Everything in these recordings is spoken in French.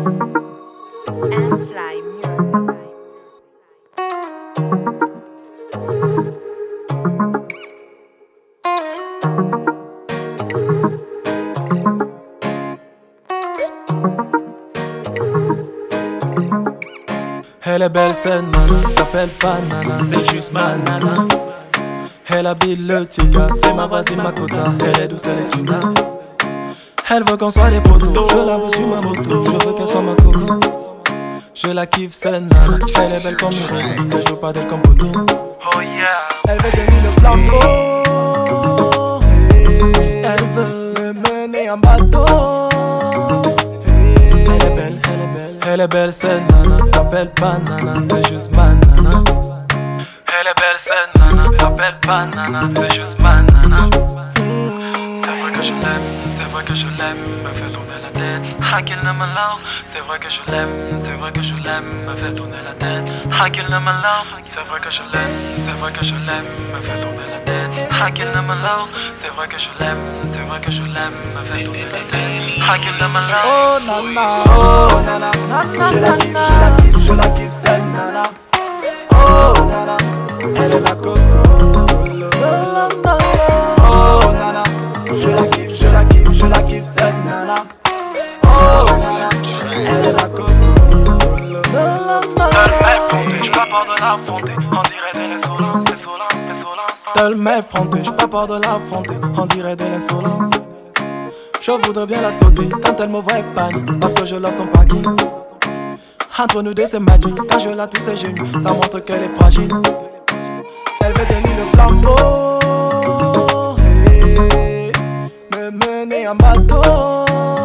And Fly Music. Elle est belle cette nana, s'appelle pas nana, c'est juste ma nana. Elle habite le Tika, c'est ma voisine Makota. Elle est douce, elle est Kina. Elle veut qu'on soit des potos, je la veux sur ma moto. Je veux qu'elle soit ma coco. Je la kiffe cette nana, elle est belle comme une rose. Mais je veux pas d'elle comme poteau. Oh yeah. Elle veut tenir le flambeau. Hey. Elle veut me mener en bateau. Hey. Elle est belle, elle est belle. Elle est belle cette nana, s'appelle pas nana, c'est juste ma nana. Elle est belle cette nana, s'appelle pas nana, c'est juste ma nana. C'est vrai que je l'aime, c'est vrai que je l'aime, me fait tourner la tête. Hakil ne me love, c'est vrai que je l'aime, c'est vrai que je l'aime, me fait tourner la tête. Hakil ne me love, c'est vrai que je l'aime, c'est vrai que je l'aime, me fait tourner la tête. Hakil ne me love, c'est vrai que je l'aime, c'est vrai que je l'aime, me fait tourner la tête. Hakil ne me love. Oh nana, oh nana, nana, je la kiffe, je la kiffe, je la kiffe cette nana. Oh nana, elle est ma coco. Oh nana, je la kiffe, je la kiffe, je la kiffe cette nana. Oh nana, elle est ma coco. J'suis pas peur de l'affronter, on dirait de l'insolence, insolence, insolence. T'as le m'effronter, j'suis pas peur de l'affronter, on dirait de l'insolence. Je voudrais bien la sauter quand elle me voit panique, parce que je love son packing. Entre nous deux c'est magique, quand je la touche c'est génie, ça montre qu'elle est fragile. Elle veut tenir le flambeau, hey, me mener en bateau,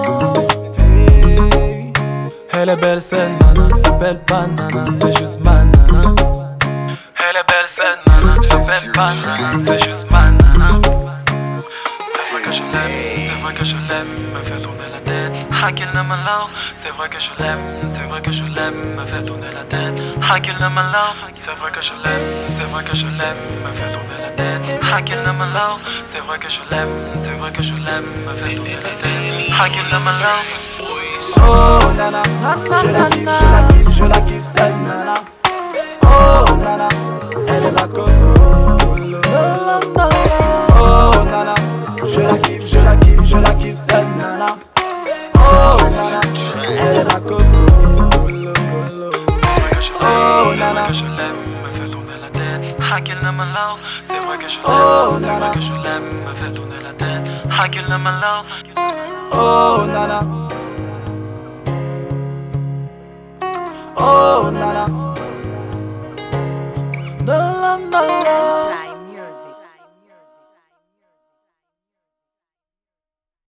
hey. Elle est belle cette nana, s'appelle pas nana, c'est juste ma nana. Elle est belle cette nana, s'appelle pas nana, c'est juste ma nana. C'est vrai que je l'aime, c'est vrai que je l'aime, me fait tourner la tête. Hakil ne me love, c'est vrai que je l'aime, c'est vrai que je l'aime, me fait tourner la tête. Hakil ne me love, c'est vrai que je l'aime, c'est vrai que je l'aime, me fait tourner la tête. Hakil ne me love, c'est vrai que je l'aime, c'est vrai que je l'aime, me fait tourner la tête. Hakil ne me love. Oh nana, je la kiffe, je la kiffe, je la kiffe cette nana. Oh nana, elle est ma coco. Oh nana, je la kiffe, je la kiffe, je la kiffe cette nana. Oh nana, elle est ma coco. Oh nana, je l'aime, me fait tourner la tête. Hakil ne me love, c'est vrai que je l'aime, c'est vrai que je l'aime, me fait tourner la tête. Hakil ne me love. Oh nana. Oh nana,